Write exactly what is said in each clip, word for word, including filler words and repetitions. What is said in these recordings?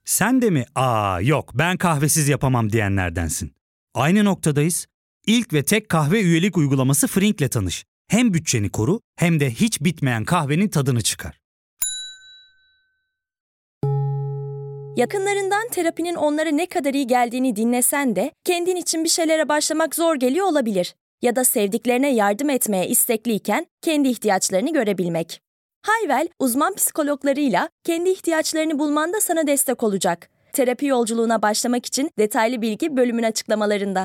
Sen de mi "Aa yok ben kahvesiz yapamam" diyenlerdensin? Aynı noktadayız. İlk ve tek kahve üyelik uygulaması Frink'le tanış. Hem bütçeni koru hem de hiç bitmeyen kahvenin tadını çıkar. Yakınlarından terapinin onlara ne kadar iyi geldiğini dinlesen de kendin için bir şeylere başlamak zor geliyor olabilir. Ya da sevdiklerine yardım etmeye istekliyken kendi ihtiyaçlarını görebilmek. Hayvel, uzman psikologlarıyla kendi ihtiyaçlarını bulmanda sana destek olacak. Terapi yolculuğuna başlamak için detaylı bilgi bölümün açıklamalarında.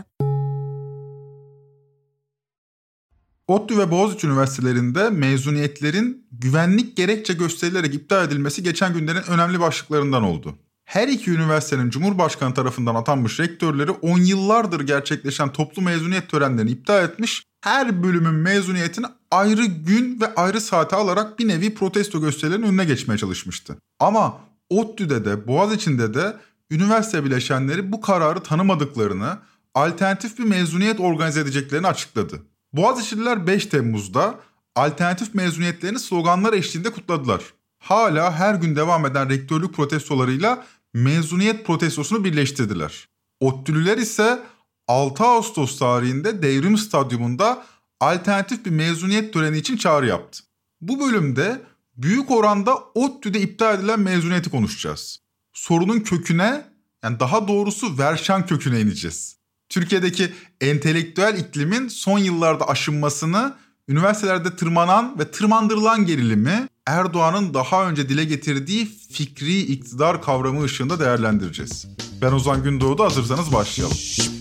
ODTÜ ve Boğaziçi Üniversitelerinde mezuniyetlerin güvenlik gerekçe gösterilerek iptal edilmesi geçen günlerin önemli başlıklarından oldu. Her iki üniversitenin Cumhurbaşkanı tarafından atanmış rektörleri on yıllardır gerçekleşen toplu mezuniyet törenlerini iptal etmiş, her bölümün mezuniyetini ayrı gün ve ayrı saate alarak bir nevi protesto gösterilerinin önüne geçmeye çalışmıştı. Ama ODTÜ'de de Boğaziçi'nde de üniversite bileşenleri bu kararı tanımadıklarını, alternatif bir mezuniyet organize edeceklerini açıkladı. Boğaziçi'liler beş Temmuz'da alternatif mezuniyetlerini sloganlar eşliğinde kutladılar. Hala her gün devam eden rektörlük protestolarıyla mezuniyet protestosunu birleştirdiler. ODTÜ'lüler ise altı Ağustos tarihinde Devrim Stadyumunda alternatif bir mezuniyet töreni için çağrı yaptı. Bu bölümde büyük oranda ODTÜ'de iptal edilen mezuniyeti konuşacağız. Sorunun köküne, yani daha doğrusu verşan köküne ineceğiz. Türkiye'deki entelektüel iklimin son yıllarda aşınmasını, üniversitelerde tırmanan ve tırmandırılan gerilimi, Erdoğan'ın daha önce dile getirdiği fikri iktidar kavramı ışığında değerlendireceğiz. Ben Ozan Gündoğdu, hazırsanız başlayalım.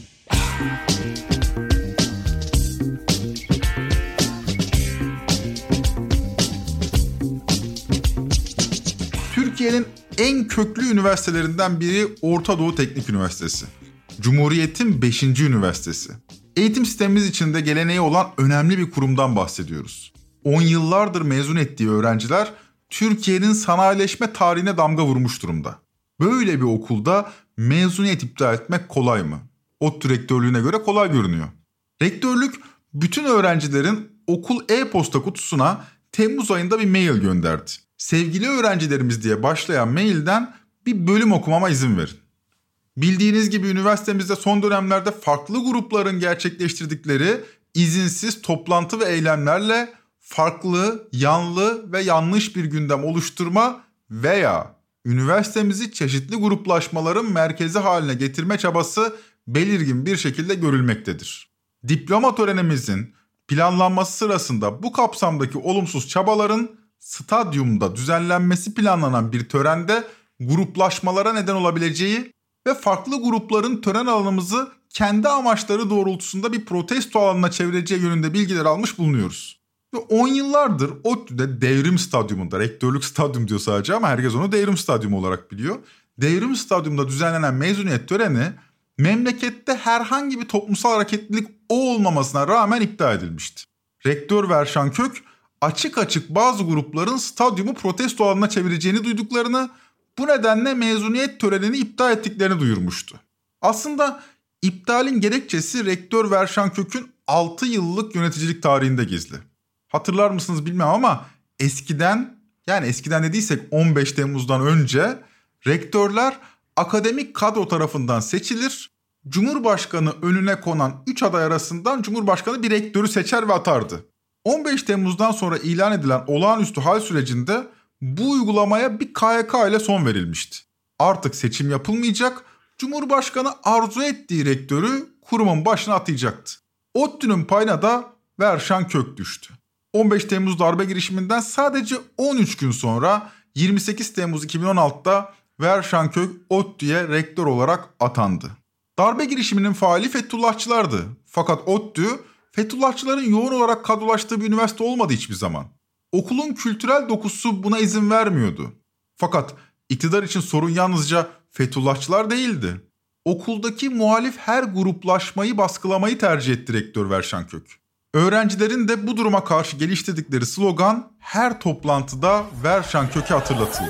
Türkiye'nin en köklü üniversitelerinden biri Orta Doğu Teknik Üniversitesi. Cumhuriyet'in beşinci üniversitesi. Eğitim sistemimiz içinde geleneği olan önemli bir kurumdan bahsediyoruz. on yıllardır mezun ettiği öğrenciler Türkiye'nin sanayileşme tarihine damga vurmuş durumda. Böyle bir okulda mezuniyet iptal etmek kolay mı? ODTÜ rektörlüğüne göre kolay görünüyor. Rektörlük bütün öğrencilerin okul e-posta kutusuna Temmuz ayında bir mail gönderdi. Sevgili öğrencilerimiz diye başlayan mailden bir bölüm okumama izin verin. Bildiğiniz gibi üniversitemizde son dönemlerde farklı grupların gerçekleştirdikleri izinsiz toplantı ve eylemlerle farklı, yanlı ve yanlış bir gündem oluşturma veya üniversitemizi çeşitli gruplaşmaların merkezi haline getirme çabası belirgin bir şekilde görülmektedir. Diploma törenimizin planlanması sırasında bu kapsamdaki olumsuz çabaların stadyumda düzenlenmesi planlanan bir törende gruplaşmalara neden olabileceği ve farklı grupların tören alanımızı kendi amaçları doğrultusunda bir protesto alanına çevireceği yönünde bilgiler almış bulunuyoruz. Ve on yıllardır ODTÜ'de Devrim Stadyumunda, rektörlük stadyum diyor sadece ama herkes onu Devrim Stadyumu olarak biliyor. Devrim Stadyumunda düzenlenen mezuniyet töreni memlekette herhangi bir toplumsal hareketlilik olmamasına rağmen iptal edilmişti. Rektör Verşan Kök açık açık bazı grupların stadyumu protesto alanına çevireceğini duyduklarını, bu nedenle mezuniyet törenini iptal ettiklerini duyurmuştu. Aslında iptalin gerekçesi rektör Verşan Kök'ün altı yıllık yöneticilik tarihinde gizli. Hatırlar mısınız bilmem ama eskiden, yani eskiden dediysek on beş Temmuz'dan önce rektörler akademik kadro tarafından seçilir, Cumhurbaşkanı önüne konan üç aday arasından Cumhurbaşkanı bir rektörü seçer ve atardı. on beş Temmuz'dan sonra ilan edilen olağanüstü hal sürecinde bu uygulamaya bir K Y K ile son verilmişti. Artık seçim yapılmayacak, Cumhurbaşkanı arzu ettiği rektörü kurumun başına atayacaktı. ODTÜ'nün payına da Verşan Kök düştü. on beş Temmuz darbe girişiminden sadece on üç gün sonra yirmi sekiz Temmuz iki bin on altıda Verşan Kök ODTÜ'ye rektör olarak atandı. Darbe girişiminin faali Fethullahçılardı. Fakat ODTÜ Fethullahçıların yoğun olarak kadrolaştığı bir üniversite olmadı hiçbir zaman. Okulun kültürel dokusu buna izin vermiyordu. Fakat iktidar için sorun yalnızca Fethullahçılar değildi. Okuldaki muhalif her gruplaşmayı baskılamayı tercih etti rektör Verşan Kök. Öğrencilerin de bu duruma karşı geliştirdikleri slogan her toplantıda Verşan Kök'e hatırlatıldı.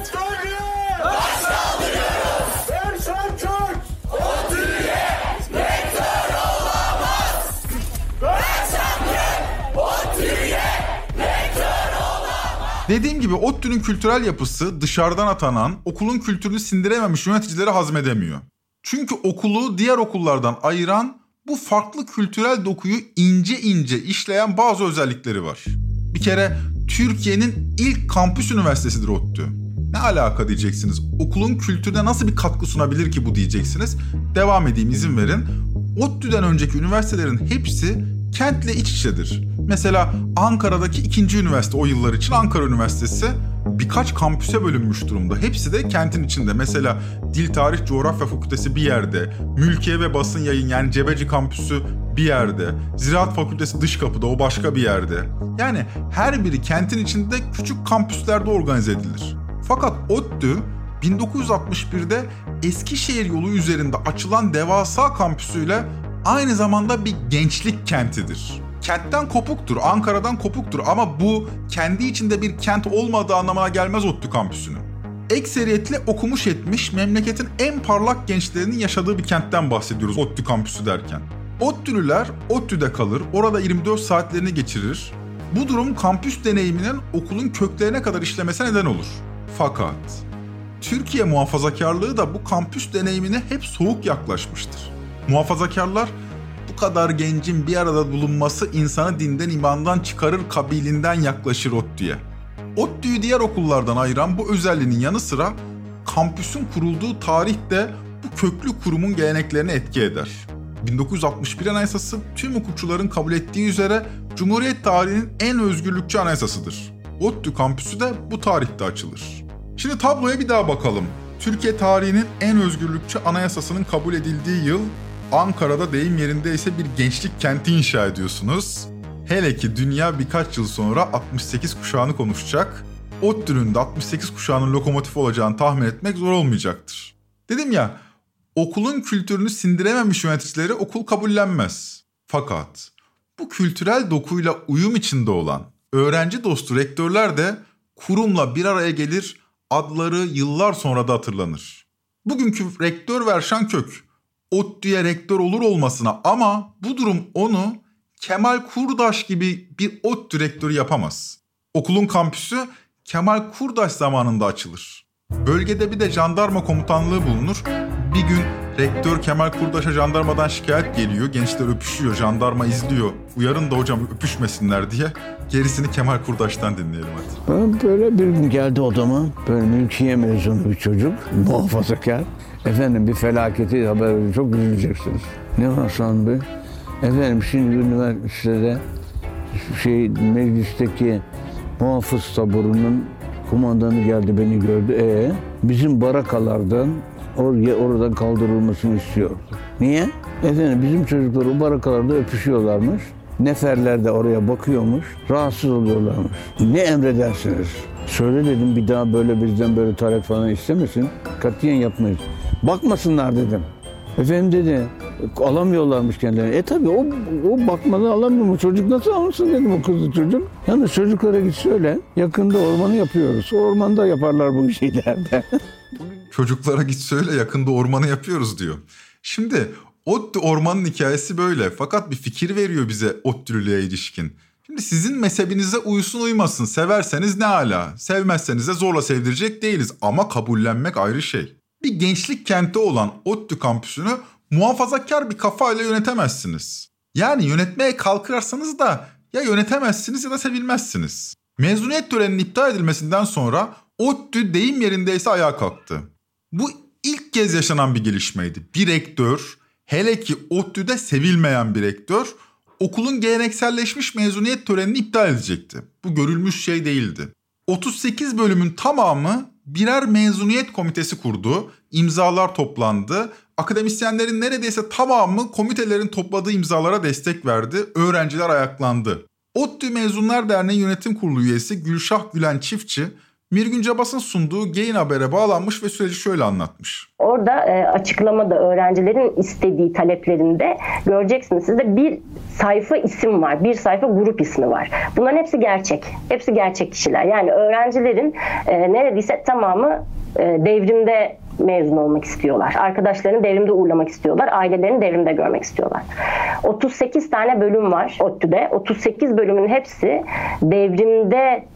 Dediğim gibi ODTÜ'nün kültürel yapısı dışarıdan atanan, okulun kültürünü sindirememiş yöneticileri hazmedemiyor. Çünkü okulu diğer okullardan ayıran bu farklı kültürel dokuyu ince ince işleyen bazı özellikleri var. Bir kere Türkiye'nin ilk kampüs üniversitesidir ODTÜ. Ne alaka diyeceksiniz? Okulun kültürüne nasıl bir katkı sunabilir ki bu diyeceksiniz. Devam edeyim, izin verin. ODTÜ'den önceki üniversitelerin hepsi kentle iç içedir. Mesela Ankara'daki ikinci üniversite o yıllar için Ankara Üniversitesi birkaç kampüse bölünmüş durumda. Hepsi de kentin içinde. Mesela Dil Tarih Coğrafya Fakültesi bir yerde, Mülkiye ve Basın Yayın yani Cebeci Kampüsü bir yerde, Ziraat Fakültesi dış kapıda, o başka bir yerde. Yani her biri kentin içinde küçük kampüslerde organize edilir. Fakat ODTÜ bin dokuz yüz altmış birde Eskişehir yolu üzerinde açılan devasa kampüsüyle aynı zamanda bir gençlik kentidir. Kentten kopuktur, Ankara'dan kopuktur ama bu kendi içinde bir kent olmadığı anlamına gelmez ODTÜ kampüsünün. Ekseriyetle okumuş etmiş, memleketin en parlak gençlerinin yaşadığı bir kentten bahsediyoruz ODTÜ kampüsü derken. ODTÜ'lüler ODTÜ'de kalır, orada yirmi dört saatlerini geçirir. Bu durum kampüs deneyiminin okulun köklerine kadar işlemesine neden olur. Fakat Türkiye muhafazakarlığı da bu kampüs deneyimine hep soğuk yaklaşmıştır. Muhafazakarlar bu kadar gencin bir arada bulunması insanı dinden imandan çıkarır kabilinden yaklaşır ODTÜ'ye. ODTÜ'yü diğer okullardan ayıran bu özelliğinin yanı sıra kampüsün kurulduğu tarih de bu köklü kurumun geleneklerine etki eder. bin dokuz yüz altmış bir Anayasası tüm hukukçuların kabul ettiği üzere Cumhuriyet tarihinin en özgürlükçü anayasasıdır. ODTÜ kampüsü de bu tarihte açılır. Şimdi tabloya bir daha bakalım. Türkiye tarihinin en özgürlükçü anayasasının kabul edildiği yıl, Ankara'da deyim yerindeyse bir gençlik kenti inşa ediyorsunuz. Hele ki dünya birkaç yıl sonra altmış sekiz kuşağını konuşacak. ODTÜ'nün de altmış sekiz kuşağının lokomotifi olacağını tahmin etmek zor olmayacaktır. Dedim ya, okulun kültürünü sindirememiş yöneticileri okul kabullenmez. Fakat bu kültürel dokuyla uyum içinde olan öğrenci dostu rektörler de kurumla bir araya gelir, adları yıllar sonra da hatırlanır. Bugünkü rektör Verşan Kök, ODTÜ'ye rektör olur olmasına ama bu durum onu Kemal Kurdaş gibi bir ODTÜ rektörü yapamaz. Okulun kampüsü Kemal Kurdaş zamanında açılır. Bölgede bir de jandarma komutanlığı bulunur. Bir gün rektör Kemal Kurdaş'a jandarmadan şikayet geliyor. Gençler öpüşüyor, jandarma izliyor. Uyarın da hocam öpüşmesinler diye. Gerisini Kemal Kurdaş'tan dinleyelim hadi. Böyle bir gün geldi odama. Böyle mülkiye mezunu bir çocuk. Muhafazakar. Efendim bir felaketi haber veriyor. Çok üzüleceksiniz. Ne var Hasan Bey? Efendim şimdi üniversitede şey meclisteki muhafız taburunun kumandanı geldi, beni gördü. E bizim barakalardan oraya oradan kaldırılmasını istiyordu. Niye? Efendim bizim çocuklar o barakalarda öpüşüyorlarmış. Neferler de oraya bakıyormuş. Rahatsız oluyorlarmış. Ne emredersiniz? Söyle dedim, bir daha böyle bizden böyle talep falan istemesin. Katiyen yapmayız. Bakmasınlar dedim. Efendim dedi, alamıyorlarmış kendilerini. E tabii o, o bakmadan alamıyor mu? Çocuk nasıl alınsın dedim, o kızlı çocuk. Yalnız çocuklara git söyle, yakında ormanı yapıyoruz. O ormanda yaparlar bu şeylerde. Çocuklara git söyle, yakında ormanı yapıyoruz diyor. Şimdi ODTÜ ormanın hikayesi böyle. Fakat bir fikir veriyor bize ODTÜ'lüğe ilişkin. Şimdi sizin mezhebinize uysun uymasın. Severseniz ne ala. Sevmezseniz de zorla sevdirecek değiliz. Ama kabullenmek ayrı şey. Bir gençlik kenti olan ODTÜ kampüsünü muhafazakar bir kafayla yönetemezsiniz. Yani yönetmeye kalkarsanız da ya yönetemezsiniz ya da sevilmezsiniz. Mezuniyet töreninin iptal edilmesinden sonra ODTÜ deyim yerindeyse ayağa kalktı. Bu ilk kez yaşanan bir gelişmeydi. Bir rektör, hele ki ODTÜ'de sevilmeyen bir rektör, okulun gelenekselleşmiş mezuniyet törenini iptal edecekti. Bu görülmüş şey değildi. otuz sekiz bölümün tamamı birer mezuniyet komitesi kurdu, imzalar toplandı. Akademisyenlerin neredeyse tamamı komitelerin topladığı imzalara destek verdi, öğrenciler ayaklandı. ODTÜ Mezunlar Derneği Yönetim Kurulu üyesi Gülşah Gülen Çiftçi, Mirgün Cabas'ın sunduğu Gain Haber'e bağlanmış ve süreci şöyle anlatmış. Orada e, açıklamada öğrencilerin istediği taleplerinde göreceksiniz sizde bir sayfa isim var, bir sayfa grup ismi var. Bunların hepsi gerçek, hepsi gerçek kişiler. Yani öğrencilerin e, neredeyse tamamı e, devrimde mezun olmak istiyorlar. Arkadaşlarını devrimde uğurlamak istiyorlar, ailelerini devrimde görmek istiyorlar. otuz sekiz tane bölüm var ODTÜ'de. otuz sekiz bölümün hepsi devrimde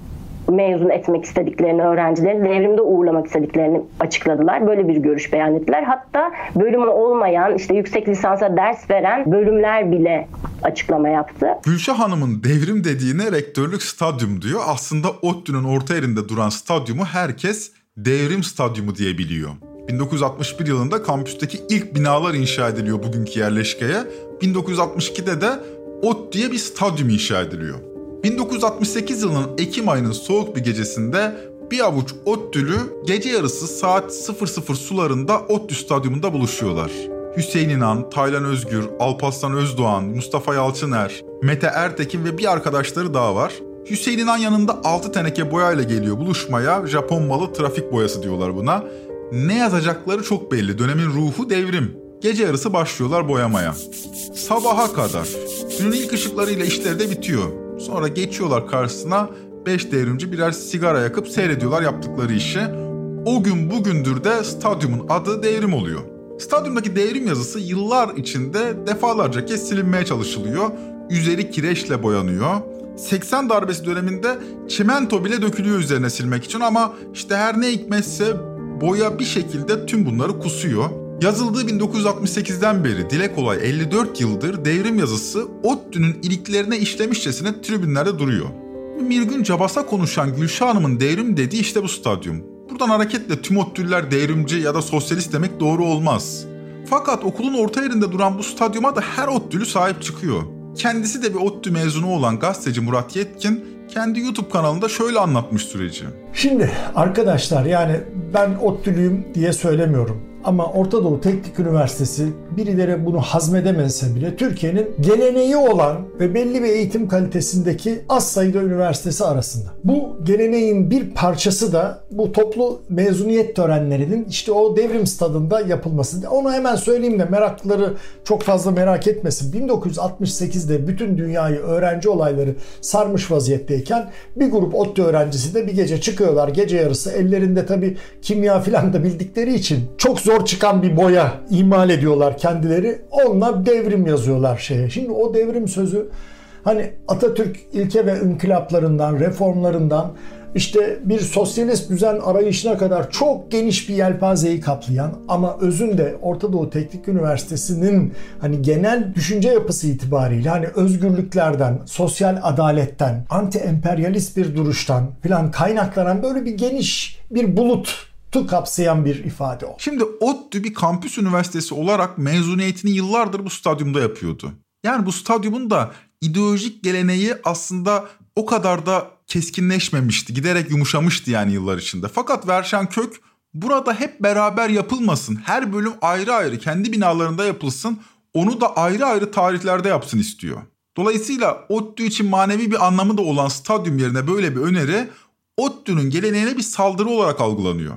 mezun etmek istediklerini, öğrencilerini devrimde uğurlamak istediklerini açıkladılar. Böyle bir görüş beyan ettiler. Hatta bölümü olmayan, işte yüksek lisansa ders veren bölümler bile açıklama yaptı. Gülşah Hanım'ın devrim dediğine rektörlük stadyum diyor. Aslında ODTÜ'nün orta yerinde duran stadyumu herkes devrim stadyumu diye biliyor. bin dokuz yüz altmış bir yılında kampüsteki ilk binalar inşa ediliyor bugünkü yerleşkeye. bin dokuz yüz altmış ikide de ODTÜ'ye bir stadyum inşa ediliyor. bin dokuz yüz altmış sekiz yılının Ekim ayının soğuk bir gecesinde bir avuç ODTÜ'lü gece yarısı saat sıfır sıfır sularında ODTÜ stadyumunda buluşuyorlar. Hüseyin İnan, Taylan Özgür, Alparslan Özdoğan, Mustafa Yalçıner, Mete Ertekin ve bir arkadaşları daha var. Hüseyin İnan yanında altı teneke boyayla geliyor buluşmaya. Japon malı trafik boyası diyorlar buna. Ne yazacakları çok belli. Dönemin ruhu devrim. Gece yarısı başlıyorlar boyamaya. Sabaha kadar. Günün ilk ışıklarıyla işleri de bitiyor. Sonra geçiyorlar karşısına. Beş devrimci birer sigara yakıp seyrediyorlar yaptıkları işi. O gün bugündür de stadyumun adı devrim oluyor. Stadyumdaki devrim yazısı yıllar içinde defalarca kez silinmeye çalışılıyor. Üzeri kireçle boyanıyor. seksen darbesi döneminde çimento bile dökülüyor üzerine silmek için ama işte her ne hikmetse boya bir şekilde tüm bunları kusuyor. Yazıldığı bin dokuz yüz altmış sekizden beri dile kolay elli dört yıldır devrim yazısı ODTÜ'nün iliklerine işlemişçesine tribünlerde duruyor. Mirgün Cabas'a konuşan Gülşah Hanım'ın devrim dediği işte bu stadyum. Buradan hareketle tüm ODTÜ'lüler devrimci ya da sosyalist demek doğru olmaz. Fakat okulun orta yerinde duran bu stadyuma da her ODTÜ'lü sahip çıkıyor. Kendisi de bir ODTÜ mezunu olan gazeteci Murat Yetkin kendi YouTube kanalında şöyle anlatmış süreci. Şimdi arkadaşlar, yani ben ODTÜ'lüyüm diye söylemiyorum. Ama Orta Doğu Teknik Üniversitesi, birileri bunu hazmedemezse bile, Türkiye'nin geleneği olan ve belli bir eğitim kalitesindeki az sayıda üniversitesi arasında. Bu geleneğin bir parçası da bu toplu mezuniyet törenlerinin işte o devrim stadında yapılması. Onu hemen söyleyeyim de meraklıları çok fazla merak etmesin. bin dokuz yüz altmış sekizde bütün dünyayı öğrenci olayları sarmış vaziyetteyken bir grup ODTÜ öğrencisi de bir gece çıkıyorlar, gece yarısı, ellerinde tabii kimya filan da bildikleri için çok zor çıkan bir boya imal ediyorlar kendileri. Onunla devrim yazıyorlar şeye. Şimdi o devrim sözü hani Atatürk ilke ve inkılaplarından, reformlarından işte bir sosyalist düzen arayışına kadar çok geniş bir yelpazeyi kaplayan ama özünde Orta Doğu Teknik Üniversitesi'nin hani genel düşünce yapısı itibariyle hani özgürlüklerden, sosyal adaletten, anti-emperyalist bir duruştan filan kaynaklanan böyle bir geniş bir bulut tu kapsayan bir ifade o. Şimdi ODTÜ bir kampüs üniversitesi olarak mezuniyetini yıllardır bu stadyumda yapıyordu. Yani bu stadyumun da ideolojik geleneği aslında o kadar da keskinleşmemişti. Giderek yumuşamıştı yani yıllar içinde. Fakat Verşen Kök burada hep beraber yapılmasın, her bölüm ayrı ayrı kendi binalarında yapılsın, onu da ayrı ayrı tarihlerde yapsın istiyor. Dolayısıyla ODTÜ için manevi bir anlamı da olan stadyum yerine böyle bir öneri ODTÜ'nün geleneğine bir saldırı olarak algılanıyor.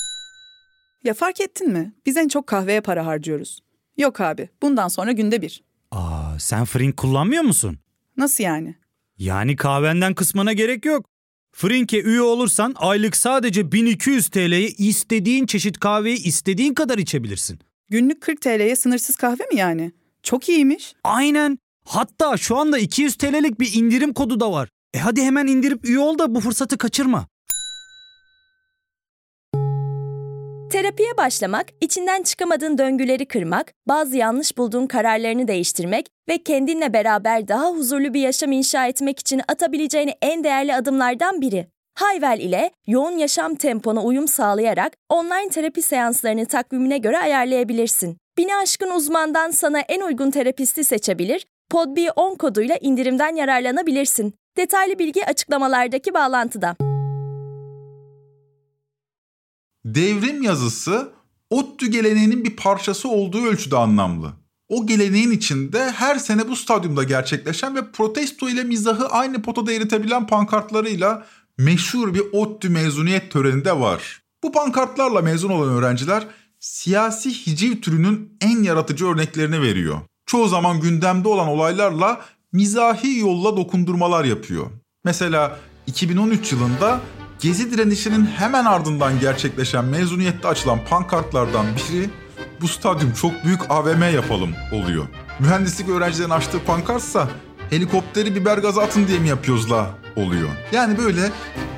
Ya fark ettin mi? Biz en çok kahveye para harcıyoruz. Yok abi, bundan sonra günde bir. Aa, sen Frink kullanmıyor musun? Nasıl yani? Yani kahvenden kısmına gerek yok. Frink'e üye olursan aylık sadece bin iki yüz TL'ye istediğin çeşit kahveyi istediğin kadar içebilirsin. Günlük kırk TL'ye sınırsız kahve mi yani? Çok iyiymiş. Aynen. Hatta şu anda iki yüz TL'lik bir indirim kodu da var. E hadi hemen indirip üye ol da bu fırsatı kaçırma. Terapiye başlamak, içinden çıkamadığın döngüleri kırmak, bazı yanlış bulduğun kararlarını değiştirmek ve kendinle beraber daha huzurlu bir yaşam inşa etmek için atabileceğin en değerli adımlardan biri. Hayvel ile yoğun yaşam tempona uyum sağlayarak online terapi seanslarını takvimine göre ayarlayabilirsin. Bini aşkın uzmandan sana en uygun terapisti seçebilir, Podbi on koduyla indirimden yararlanabilirsin. Detaylı bilgi açıklamalardaki bağlantıda. Devrim yazısı ODTÜ geleneğinin bir parçası olduğu ölçüde anlamlı. O geleneğin içinde her sene bu stadyumda gerçekleşen ve protesto ile mizahı aynı potada eritebilen pankartlarıyla meşhur bir ODTÜ mezuniyet töreninde var. Bu pankartlarla mezun olan öğrenciler siyasi hiciv türünün en yaratıcı örneklerini veriyor. Çoğu zaman gündemde olan olaylarla mizahi yolla dokundurmalar yapıyor. Mesela iki bin on üç yılında Gezi direnişinin hemen ardından gerçekleşen mezuniyette açılan pankartlardan biri bu stadyum çok büyük A V M yapalım oluyor. Mühendislik öğrencilerin açtığı pankartsa helikopteri biber gazı atın diye mi yapıyoruz la oluyor. Yani böyle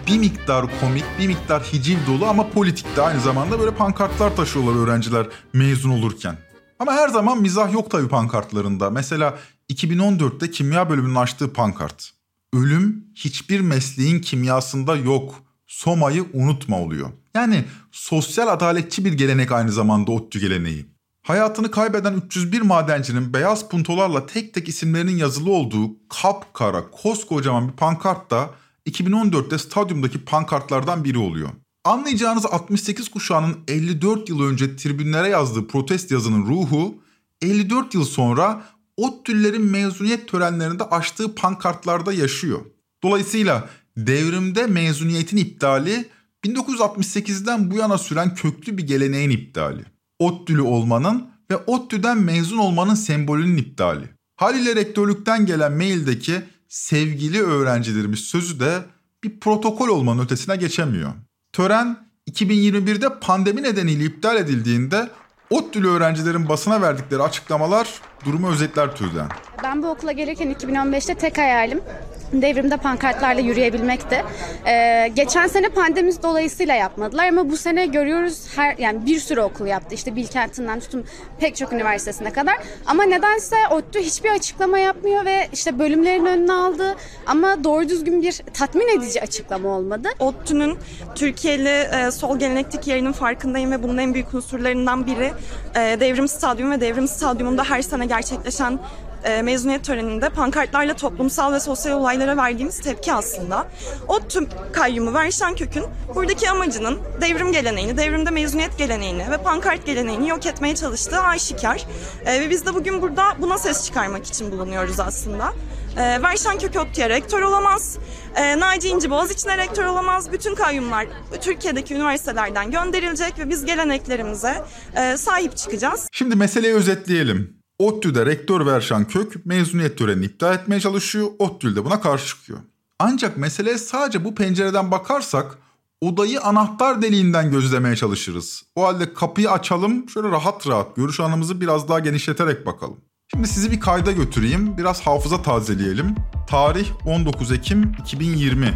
bir miktar komik, bir miktar hiciv dolu ama politikte aynı zamanda böyle pankartlar taşıyorlar öğrenciler mezun olurken. Ama her zaman mizah yok tabii pankartlarında. Mesela iki bin on dörtte kimya bölümünün açtığı pankart. Ölüm hiçbir mesleğin kimyasında yok. Soma'yı unutma oluyor. Yani sosyal adaletçi bir gelenek aynı zamanda ODTÜ geleneği. Hayatını kaybeden üç yüz bir madencinin beyaz puntolarla tek tek isimlerinin yazılı olduğu kapkara koskocaman bir pankart da iki bin on dörtte stadyumdaki pankartlardan biri oluyor. Anlayacağınız altmış sekiz kuşağının elli dört yıl önce tribünlere yazdığı protest yazının ruhu elli dört yıl sonra ODTÜ'lülerin mezuniyet törenlerinde açtığı pankartlarda yaşıyor. Dolayısıyla devrimde mezuniyetin iptali bin dokuz yüz altmış sekizden bu yana süren köklü bir geleneğin iptali. ODTÜ'lü olmanın ve ODTÜ'den mezun olmanın sembolünün iptali. Haliyle rektörlükten gelen maildeki sevgili öğrencilerimiz sözü de bir protokol olmanın ötesine geçemiyor. Tören iki bin yirmi birde pandemi nedeniyle iptal edildiğinde ODTÜ'lü öğrencilerin basına verdikleri açıklamalar durumu özetler türden. Ben bu okula gelirken iki bin on beşte tek hayalim devrimde pankartlarla yürüyebilmekti. Ee, geçen sene pandemi dolayısıyla yapmadılar ama bu sene görüyoruz her yani bir sürü okul yaptı. İşte Bilkent'inden tutun pek çok üniversitesine kadar. Ama nedense ODTÜ hiçbir açıklama yapmıyor ve işte bölümlerin önüne aldı ama doğru düzgün bir tatmin edici açıklama olmadı. ODTÜ'nün Türkiye'li e, sol gelenekteki yerinin farkındayım ve bunun en büyük unsurlarından biri e, Devrim Stadyumu ve Devrim Stadyumunda her sene gerçekleşen E, mezuniyet töreninde pankartlarla toplumsal ve sosyal olaylara verdiğimiz tepki aslında. ODTÜ kayyumu Verşan Kök'ün buradaki amacının devrim geleneğini, devrimde mezuniyet geleneğini ve pankart geleneğini yok etmeye çalıştığı aşikar. E, ve biz de bugün burada buna ses çıkarmak için bulunuyoruz aslında. E, Verşan Kök ODTÜ'ye rektör olamaz, e, Naci İnci Boğaziçi'ne rektör olamaz. Bütün kayyumlar Türkiye'deki üniversitelerden gönderilecek ve biz geleneklerimize e, sahip çıkacağız. Şimdi meseleyi özetleyelim. ODTÜ'de rektör Verşan Kök mezuniyet törenini iptal etmeye çalışıyor. ODTÜ de buna karşı çıkıyor. Ancak meseleye sadece bu pencereden bakarsak odayı anahtar deliğinden gözlemeye çalışırız. O halde kapıyı açalım, şöyle rahat rahat görüş alanımızı biraz daha genişleterek bakalım. Şimdi sizi bir kayda götüreyim, biraz hafıza tazeleyelim. Tarih on dokuz Ekim iki bin yirmi.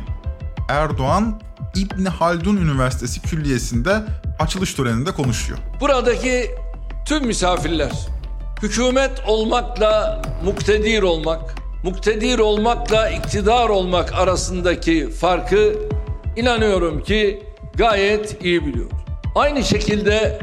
Erdoğan İbni Haldun Üniversitesi Külliyesi'nde açılış töreninde konuşuyor. Buradaki tüm misafirler, hükümet olmakla muktedir olmak, muktedir olmakla iktidar olmak arasındaki farkı inanıyorum ki gayet iyi biliyor. Aynı şekilde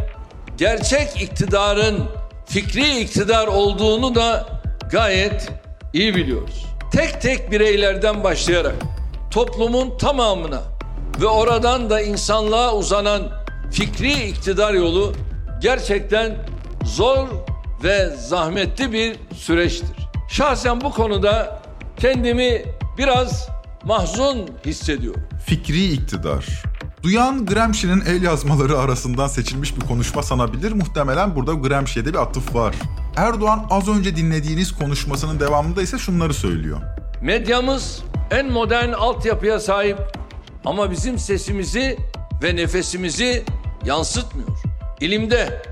gerçek iktidarın fikri iktidar olduğunu da gayet iyi biliyoruz. Tek tek bireylerden başlayarak toplumun tamamına ve oradan da insanlığa uzanan fikri iktidar yolu gerçekten zor ve zahmetli bir süreçtir. Şahsen bu konuda kendimi biraz mahzun hissediyorum. Fikri iktidar. Duyan Gramsci'nin el yazmaları arasından seçilmiş bir konuşma sanabilir. Muhtemelen burada Gramsci'ye de bir atıf var. Erdoğan az önce dinlediğiniz konuşmasının devamında ise şunları söylüyor. Medyamız en modern altyapıya sahip ama bizim sesimizi ve nefesimizi yansıtmıyor. İlimde,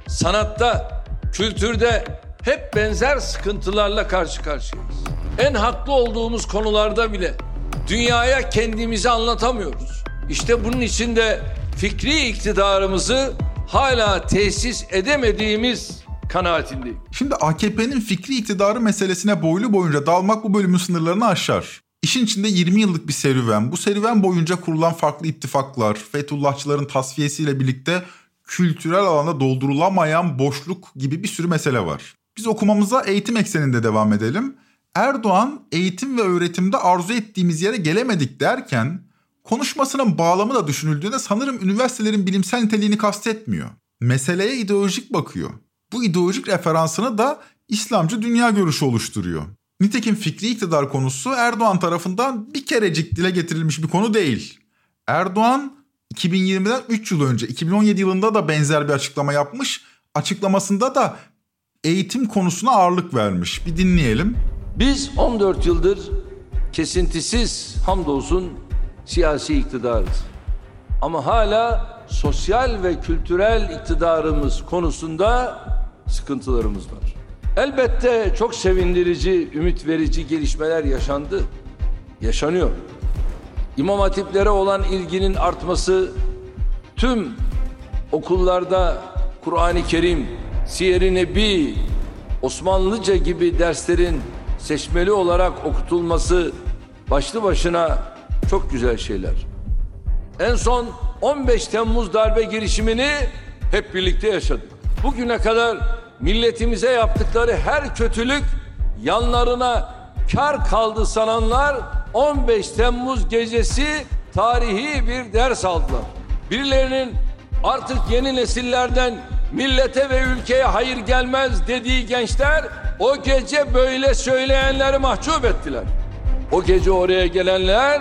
sanatta, kültürde hep benzer sıkıntılarla karşı karşıyayız. En haklı olduğumuz konularda bile dünyaya kendimizi anlatamıyoruz. İşte bunun için de fikri iktidarımızı hala tesis edemediğimiz kanaatindeyim. Şimdi A K P'nin fikri iktidarı meselesine boylu boyunca dalmak bu bölümün sınırlarını aşar. İşin içinde yirmi yıllık bir serüven, bu serüven boyunca kurulan farklı ittifaklar, Fethullahçıların tasfiyesiyle birlikte kültürel alanda doldurulamayan boşluk gibi bir sürü mesele var. Biz okumamıza eğitim ekseninde devam edelim. Erdoğan eğitim ve öğretimde arzu ettiğimiz yere gelemedik derken konuşmasının bağlamı da düşünüldüğünde sanırım üniversitelerin bilimsel niteliğini kastetmiyor. Meseleye ideolojik bakıyor. Bu ideolojik referansını da İslamcı dünya görüşü oluşturuyor. Nitekim fikri iktidar konusu Erdoğan tarafından bir kerecik dile getirilmiş bir konu değil. Erdoğan iki bin yirmiden üç yıl önce iki bin on yedi yılında da benzer bir açıklama yapmış. Açıklamasında da eğitim konusuna ağırlık vermiş. Bir dinleyelim. Biz on dört yıldır kesintisiz hamdolsun siyasi iktidarız. Ama hala sosyal ve kültürel iktidarımız konusunda sıkıntılarımız var. Elbette çok sevindirici, ümit verici gelişmeler yaşandı. Yaşanıyor. İmam hatiplere olan ilginin artması, tüm okullarda Kur'an-ı Kerim, Siyer-i Nebi, Osmanlıca gibi derslerin seçmeli olarak okutulması başlı başına çok güzel şeyler. En son on beş Temmuz darbe girişimini hep birlikte yaşadık. Bugüne kadar milletimize yaptıkları her kötülük yanlarına kar kaldı sananlar on beş Temmuz gecesi tarihi bir ders aldılar. Birilerinin artık yeni nesillerden millete ve ülkeye hayır gelmez dediği gençler o gece böyle söyleyenleri mahcup ettiler. O gece oraya gelenler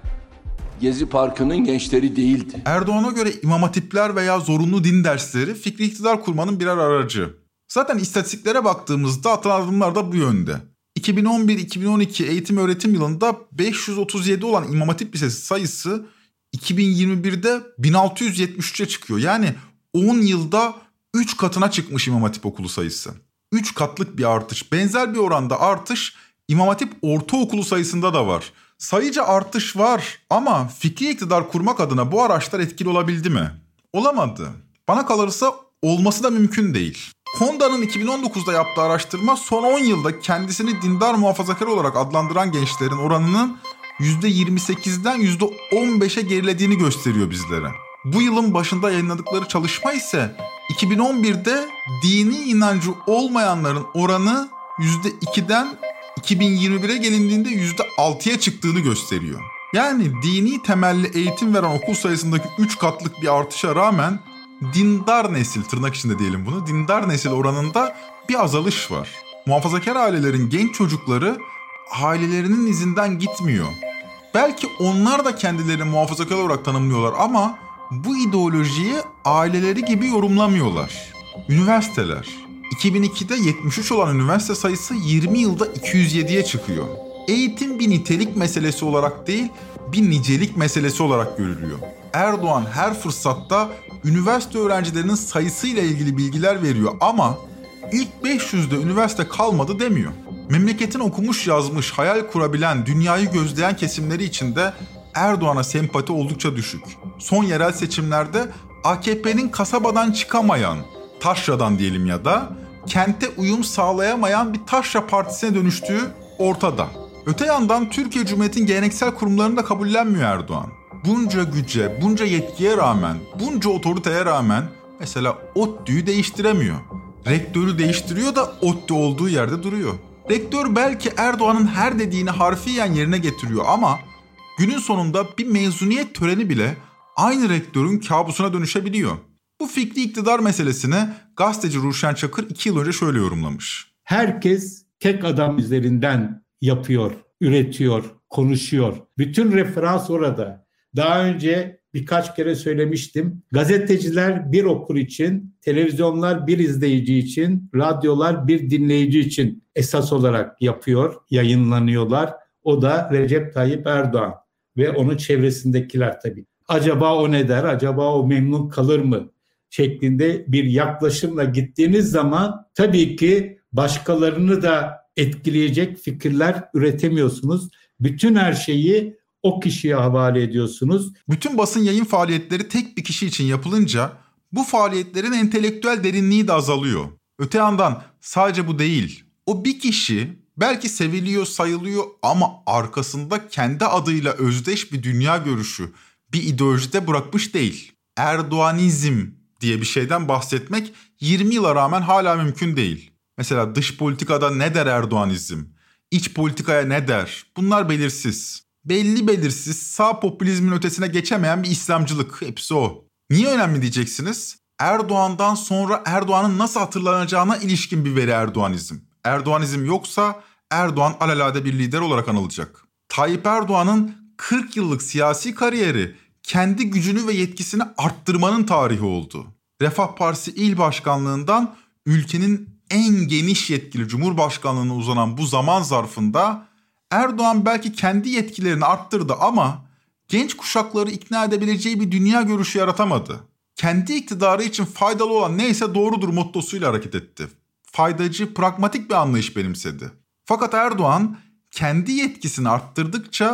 Gezi Parkı'nın gençleri değildi. Erdoğan'a göre imam hatipler veya zorunlu din dersleri fikri iktidar kurmanın birer aracı. Zaten istatistiklere baktığımızda atılan adımlar da bu yönde. iki bin on bir iki bin on iki eğitim öğretim yılında beş yüz otuz yedi olan İmam Hatip Lisesi sayısı iki bin yirmi birde bin altı yüz yetmiş üçe çıkıyor. Yani on yılda üç katına çıkmış İmam Hatip okulu sayısı. üç katlık bir artış. Benzer bir oranda artış İmam Hatip ortaokulu sayısında da var. Sayıca artış var ama fikri iktidar kurmak adına bu araçlar etkili olabildi mi? Olamadı. Bana kalırsa olması da mümkün değil. Honda'nın iki bin on dokuzda yaptığı araştırma son on yılda kendisini dindar muhafazakar olarak adlandıran gençlerin oranının yüzde yirmi sekizden yüzde on beşe gerilediğini gösteriyor bizlere. Bu yılın başında yayınladıkları çalışma ise iki bin on birde dini inancı olmayanların oranı yüzde ikiden iki bin yirmi bire gelindiğinde yüzde altıya çıktığını gösteriyor. Yani dini temelli eğitim veren okul sayısındaki üç katlık bir artışa rağmen dindar nesil, tırnak içinde diyelim bunu, dindar nesil oranında bir azalış var. Muhafazakar ailelerin genç çocukları ailelerinin izinden gitmiyor. Belki onlar da kendilerini muhafazakar olarak tanımlıyorlar ama bu ideolojiyi aileleri gibi yorumlamıyorlar. Üniversiteler. iki bin ikide yetmiş üç olan üniversite sayısı yirmi yılda iki yüz yediye çıkıyor. Eğitim bir nitelik meselesi olarak değil, bir nicelik meselesi olarak görülüyor. Erdoğan her fırsatta üniversite öğrencilerinin sayısıyla ilgili bilgiler veriyor ama ilk beş yüzde üniversite kalmadı demiyor. Memleketin okumuş yazmış, hayal kurabilen, dünyayı gözleyen kesimleri içinde Erdoğan'a sempati oldukça düşük. Son yerel seçimlerde A K P'nin kasabadan çıkamayan, taşradan diyelim ya da kente uyum sağlayamayan bir taşra partisine dönüştüğü ortada. Öte yandan Türkiye Cumhuriyeti'nin geleneksel kurumlarını da kabullenmiyor Erdoğan. Bunca güce, bunca yetkiye rağmen, bunca otoriteye rağmen mesela ODTÜ'yü değiştiremiyor. Rektörü değiştiriyor da ODTÜ olduğu yerde duruyor. Rektör belki Erdoğan'ın her dediğini harfiyen yerine getiriyor ama günün sonunda bir mezuniyet töreni bile aynı rektörün kabusuna dönüşebiliyor. Bu fikri iktidar meselesini gazeteci Ruşen Çakır iki yıl önce şöyle yorumlamış. Herkes tek adam üzerinden yapıyor, üretiyor, konuşuyor. Bütün referans orada. Daha önce birkaç kere söylemiştim. Gazeteciler bir okur için, televizyonlar bir izleyici için, radyolar bir dinleyici için esas olarak yapıyor, yayınlanıyorlar. O da Recep Tayyip Erdoğan ve onun çevresindekiler tabii. Acaba o ne der, acaba o memnun kalır mı şeklinde bir yaklaşımla gittiğiniz zaman tabii ki başkalarını da etkileyecek fikirler üretemiyorsunuz. Bütün her şeyi o kişiye havale ediyorsunuz. Bütün basın yayın faaliyetleri tek bir kişi için yapılınca bu faaliyetlerin entelektüel derinliği de azalıyor. Öte yandan sadece bu değil. O bir kişi belki seviliyor, sayılıyor ama arkasında kendi adıyla özdeş bir dünya görüşü, bir ideolojide bırakmış değil. Erdoğanizm diye bir şeyden bahsetmek yirmi yıla rağmen hala mümkün değil. Mesela dış politikada ne der Erdoğanizm? İç politikaya ne der? Bunlar belirsiz. Belli belirsiz, sağ popülizmin ötesine geçemeyen bir İslamcılık. Hepsi o. Niye önemli diyeceksiniz? Erdoğan'dan sonra Erdoğan'ın nasıl hatırlanacağına ilişkin bir veri Erdoğanizm. Erdoğanizm yoksa Erdoğan alelade bir lider olarak anılacak. Tayyip Erdoğan'ın kırk yıllık siyasi kariyeri kendi gücünü ve yetkisini arttırmanın tarihi oldu. Refah Partisi İl Başkanlığından ülkenin en geniş yetkili Cumhurbaşkanlığına uzanan bu zaman zarfında Erdoğan belki kendi yetkilerini arttırdı ama genç kuşakları ikna edebileceği bir dünya görüşü yaratamadı. Kendi iktidarı için faydalı olan neyse doğrudur mottosuyla hareket etti. Faydacı, pragmatik bir anlayış benimsedi. Fakat Erdoğan kendi yetkisini arttırdıkça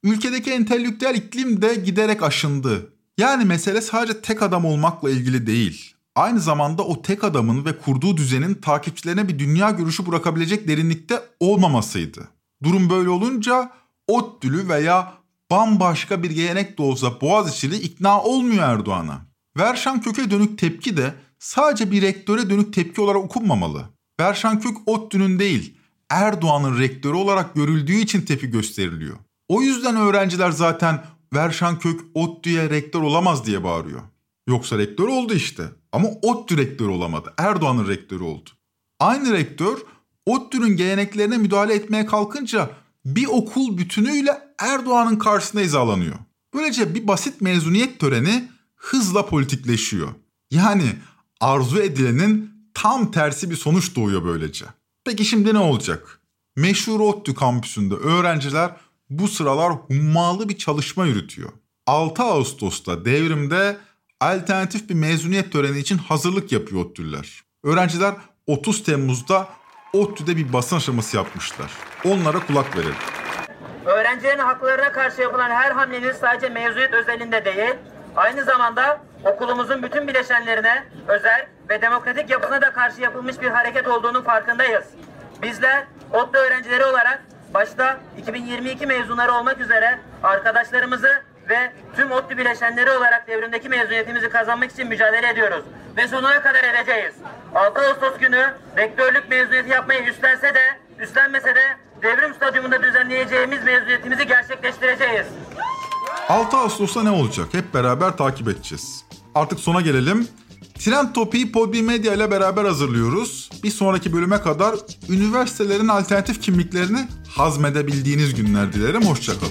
Ülkedeki entelektüel iklim de giderek aşındı. Yani mesele sadece tek adam olmakla ilgili değil. Aynı zamanda o tek adamın ve kurduğu düzenin takipçilerine bir dünya görüşü bırakabilecek derinlikte olmamasıydı. Durum böyle olunca ODTÜ'lü veya bambaşka bir gelenek de olsa Boğaziçi'li ikna olmuyor Erdoğan'a. Verşankök'e dönük tepki de sadece bir rektöre dönük tepki olarak okunmamalı. Verşankök ODTÜ'nün değil, Erdoğan'ın rektörü olarak görüldüğü için tepki gösteriliyor. O yüzden öğrenciler zaten Verşankök ODTÜ'ye rektör olamaz diye bağırıyor. Yoksa rektör oldu işte. Ama ODTÜ rektörü olamadı. Erdoğan'ın rektörü oldu. Aynı rektör ODTÜ'nün geleneklerine müdahale etmeye kalkınca bir okul bütünüyle Erdoğan'ın karşısına hizalanıyor. Böylece bir basit mezuniyet töreni hızla politikleşiyor. Yani arzu edilenin tam tersi bir sonuç doğuyor böylece. Peki şimdi ne olacak? Meşhur ODTÜ kampüsünde öğrenciler bu sıralar hummalı bir çalışma yürütüyor. altı Ağustos'ta Devrim'de alternatif bir mezuniyet töreni için hazırlık yapıyor ODTÜ'lüler. Öğrenciler otuz Temmuz'da ODTÜ'de bir basın aşaması yapmışlar. Onlara kulak verelim. Öğrencilerin haklarına karşı yapılan her hamlenin sadece mezuniyet özelinde değil, aynı zamanda okulumuzun bütün bileşenlerine, özel ve demokratik yapısına da karşı yapılmış bir hareket olduğunun farkındayız. Bizler ODTÜ öğrencileri olarak başta iki bin yirmi iki mezunları olmak üzere arkadaşlarımızı ve tüm ODTÜ bileşenleri olarak devrimdeki mezuniyetimizi kazanmak için mücadele ediyoruz. Ve sonuna kadar edeceğiz. altı Ağustos günü rektörlük mezuniyeti yapmayı üstlense de, üstlenmese de Devrim Stadyumunda düzenleyeceğimiz mezuniyetimizi gerçekleştireceğiz. altı Ağustos'ta ne olacak? Hep beraber takip edeceğiz. Artık sona gelelim. Trend Topi'yi Podbi Medya ile beraber hazırlıyoruz. Bir sonraki bölüme kadar üniversitelerin alternatif kimliklerini hazmedebildiğiniz günler dilerim. Hoşçakalın.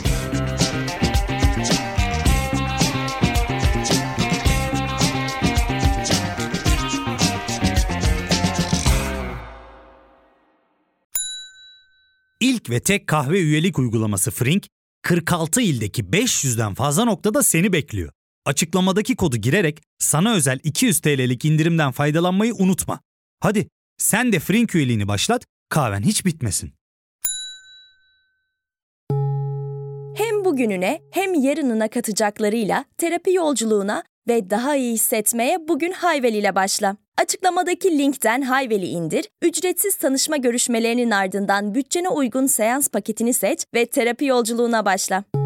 İlk ve tek kahve üyelik uygulaması Frink, kırk altı ildeki beş yüzden fazla noktada seni bekliyor. Açıklamadaki kodu girerek sana özel iki yüz TL'lik indirimden faydalanmayı unutma. Hadi sen de Frink üyeliğini başlat, kahven hiç bitmesin. Hem bugününe hem yarınına katacaklarıyla terapi yolculuğuna ve daha iyi hissetmeye bugün Hayvel ile başla. Açıklamadaki linkten Hayvel'i indir, ücretsiz tanışma görüşmelerinin ardından bütçene uygun seans paketini seç ve terapi yolculuğuna başla.